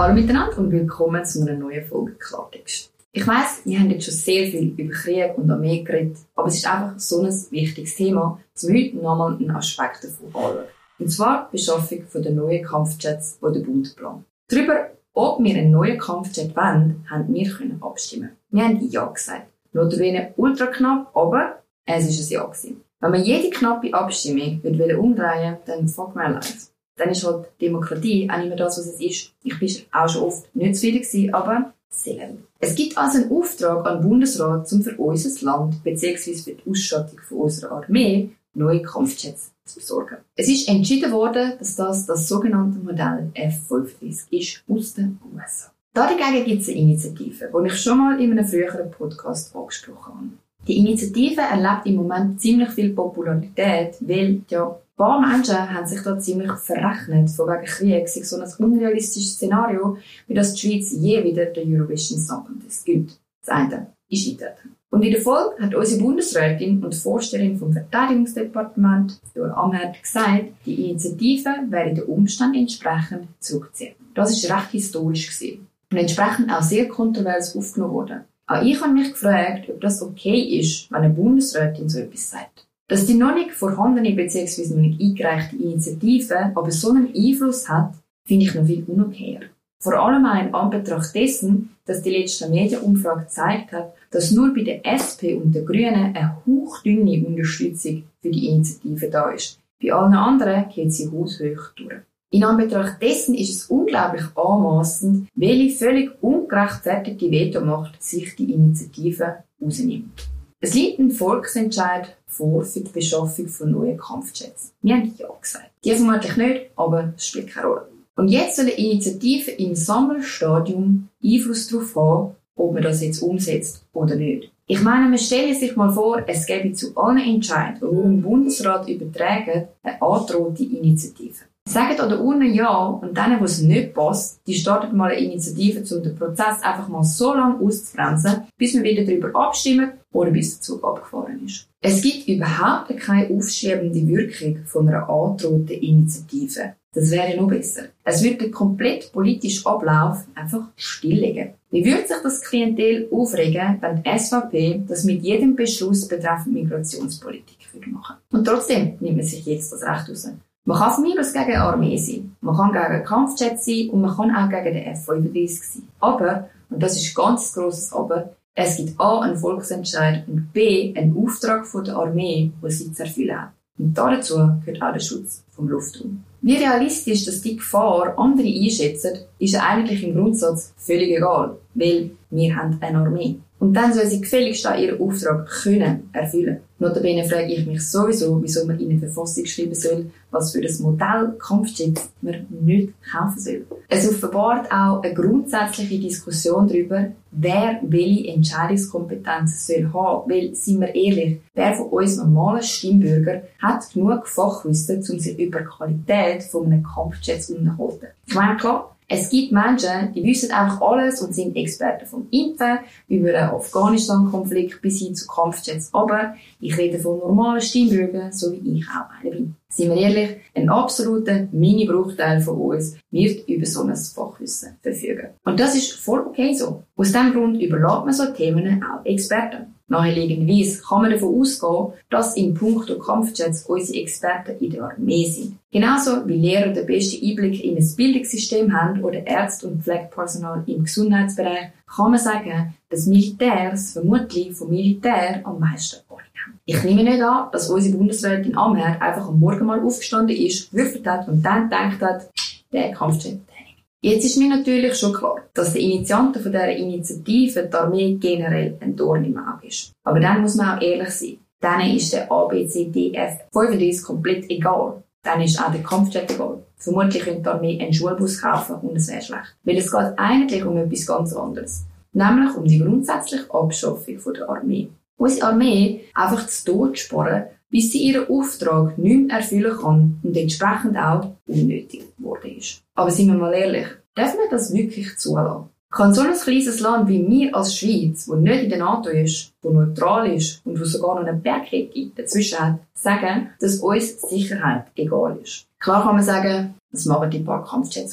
Hallo miteinander und willkommen zu einer neuen Folge Klartext. Ich weiss, wir haben jetzt schon sehr viel über Krieg und Armee geredet, aber es ist einfach so ein wichtiges Thema, dass wir heute nochmal einen Aspekt davon anschauen. Und zwar die Beschaffung der neuen Kampfjets, die der Bund plant. Darüber, ob wir einen neuen Kampfjet wollen, haben wir abstimmen. Wir haben Ja gesagt. Notabene ultra knapp, aber es ist ein Ja gewesen. Wenn man jede knappe Abstimmung umdrehen will, dann fuck my life. Dann ist halt Demokratie auch nicht mehr das, was es ist. Ich bin auch schon oft nicht zufrieden gewesen, aber sehr. Es gibt also einen Auftrag an den Bundesrat, um für unser Land bzw. für die Ausstattung von unserer Armee neue Kampfjets zu besorgen. Es ist entschieden worden, dass das sogenannte Modell F-35 ist aus den USA. Dagegen gibt es eine Initiative, die ich schon mal in einem früheren Podcast angesprochen habe. Die Initiative erlebt im Moment ziemlich viel Popularität, weil ein paar Menschen haben sich da ziemlich verrechnet, von wegen Krieg, sei so ein unrealistisches Szenario, wie das die Schweiz je wieder den Eurovision Song Contest gewinnt. Das eine ist eintreten. Und in der Folge hat unsere Bundesrätin und Vorsteherin vom Verteidigungsdepartement, Dora Amherd, gesagt, die Initiative werde den Umständen entsprechend zurückziehen. Das war recht historisch gewesen und entsprechend auch sehr kontrovers aufgenommen worden. Auch ich habe mich gefragt, ob das okay ist, wenn eine Bundesrätin so etwas sagt. Dass die noch nicht vorhandene bzw. noch nicht eingereichte Initiative aber so einen Einfluss hat, finde ich noch viel unokayer. Vor allem auch in Anbetracht dessen, dass die letzte Medienumfrage gezeigt hat, dass nur bei der SP und den Grünen eine hauchdünne Unterstützung für die Initiative da ist. Bei allen anderen geht sie haushoch durch. In Anbetracht dessen ist es unglaublich anmassend, welche völlig ungerechtfertigte Vetomacht sich die Initiative rausnimmt. Es liegt ein Volksentscheid vor für die Beschaffung von neuen Kampfjets. Wir haben Ja gesagt. Die vermutlich nicht, aber es spielt keine Rolle. Und jetzt soll eine Initiative im Sammelstadium Einfluss darauf haben, ob man das jetzt umsetzt oder nicht. Ich meine, man stelle sich mal vor, es gäbe zu allen Entscheidungen, die wir im Bundesrat übertragen, eine angedrohte Initiative. Sagt an der Urne Ja und denen, wo es nicht passt, die startet mal eine Initiative, um den Prozess einfach mal so lange auszubremsen, bis wir wieder darüber abstimmen oder bis der Zug abgefahren ist. Es gibt überhaupt keine aufschiebende Wirkung von einer angedrohten Initiative. Das wäre noch besser. Es würde den kompletten politischen Ablauf einfach stilllegen. Wie würde sich das Klientel aufregen, wenn die SVP das mit jedem Beschluss betreffend Migrationspolitik machen würde? Und trotzdem nimmt man sich jetzt das Recht raus. Man kann von mir aus gegen eine Armee sein, man kann gegen Kampfjets sein und man kann auch gegen den F-35 sein. Aber, und das ist ein ganz grosses Aber, es gibt A, einen Volksentscheid und B, einen Auftrag von der Armee, den sie zu erfüllen hat. Und dazu gehört auch der Schutz vom Luftraum. Wie realistisch dass die Gefahr andere einschätzen, ist eigentlich im Grundsatz völlig egal, weil wir haben eine Armee. Und dann soll sie gefälligst auch ihren Auftrag können erfüllen. Notabene frage ich mich sowieso, wieso man in eine Verfassung schreiben soll, was für das Modell Kampfjet man nicht kaufen soll. Es offenbart auch eine grundsätzliche Diskussion darüber, wer welche Entscheidungskompetenzen soll haben. Weil, seien wir ehrlich, wer von uns normalen Stimmbürger hat genug Fachwissen, um sich über die Qualität von einem Kampfjet zu unterhalten. Ich meine, klar, es gibt Menschen, die wissen einfach alles und sind Experten vom Impfen, über den Afghanistan-Konflikt bis hin zu Kampfjets. Aber ich rede von normalen Stimmbürgern, so wie ich auch einer bin. Seien wir ehrlich, ein absoluter Mini-Bruchteil von uns wird über so ein Fachwissen verfügen. Und das ist voll okay so. Aus diesem Grund überlässt man so Themen auch Experten. Naheliegenderweise kann man davon ausgehen, dass in puncto Kampfjets unsere Experten in der Armee sind. Genauso wie Lehrer den besten Einblick in ein Bildungssystem haben oder Ärzte und Pflegepersonal im Gesundheitsbereich, kann man sagen, dass Militärs vermutlich vom Militär am meisten Ahnung haben. Ich nehme nicht an, dass unsere Bundesrätin Amherd einfach am Morgen mal aufgestanden ist, gewürfelt hat und dann gedacht hat, der Kampfjet. Jetzt ist mir natürlich schon klar, dass der Initiante von dieser Initiative die Armee generell ein Dorn im Auge ist. Aber dann muss man auch ehrlich sein. Denen ist der ABCDF 35 komplett egal. Dann ist auch der Kampfjet egal. Vermutlich könnte die Armee einen Schulbus kaufen und es wäre schlecht. Weil es geht eigentlich um etwas ganz anderes. Nämlich um die grundsätzliche Abschaffung der Armee. Unsere Armee einfach zu Tod sparen, bis sie ihren Auftrag nicht mehr erfüllen kann und entsprechend auch unnötig geworden ist. Aber seien wir mal ehrlich, darf man das wirklich zulassen? Kann so ein kleines Land wie wir als Schweiz, das nicht in der NATO ist, das neutral ist und wo sogar noch eine Bergkette dazwischen hat, sagen, dass uns Sicherheit egal ist? Klar kann man sagen, das machen die paar Kampfjets aus.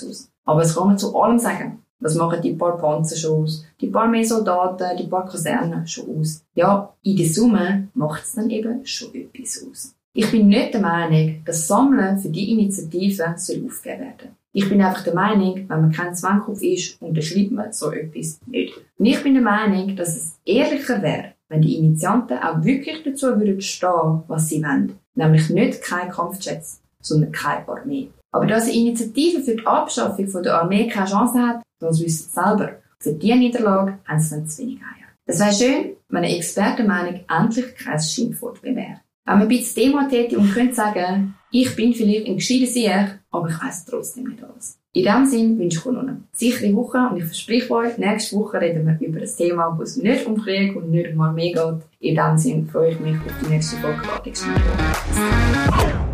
Aber es kann man zu allem sagen. Was machen die paar Panzer schon aus? Die paar mehr Soldaten, die paar Kasernen schon aus? Ja, in der Summe macht es dann eben schon etwas aus. Ich bin nicht der Meinung, dass Sammeln für die Initiative aufgegeben werden soll. Ich bin einfach der Meinung, wenn man kein Zwangkopf ist, unterschreibt man so etwas nicht. Und ich bin der Meinung, dass es ehrlicher wäre, wenn die Initianten auch wirklich dazu würden stehen, was sie wollen. Nämlich nicht keine Kampfjets, sondern keine Armee. Aber dass eine Initiative für die Abschaffung der Armee keine Chance hat, das wissen sie selber. Für diese Niederlage haben sie dann zu wenig Eier. Es wäre schön, wenn eine Expertenmeinung endlich kein Schimpfwort mehr wäre. Wenn man ein bisschen Demo täte und könnte sagen, ich bin vielleicht ein gescheiter Sieg, aber ich weiss trotzdem nicht alles. In diesem Sinne wünsche ich euch noch eine sichere Woche und ich verspreche euch, nächste Woche reden wir über ein Thema, wo es nicht um Krieg und nicht um Armee geht. In diesem Sinne freue ich mich auf die nächste Folge.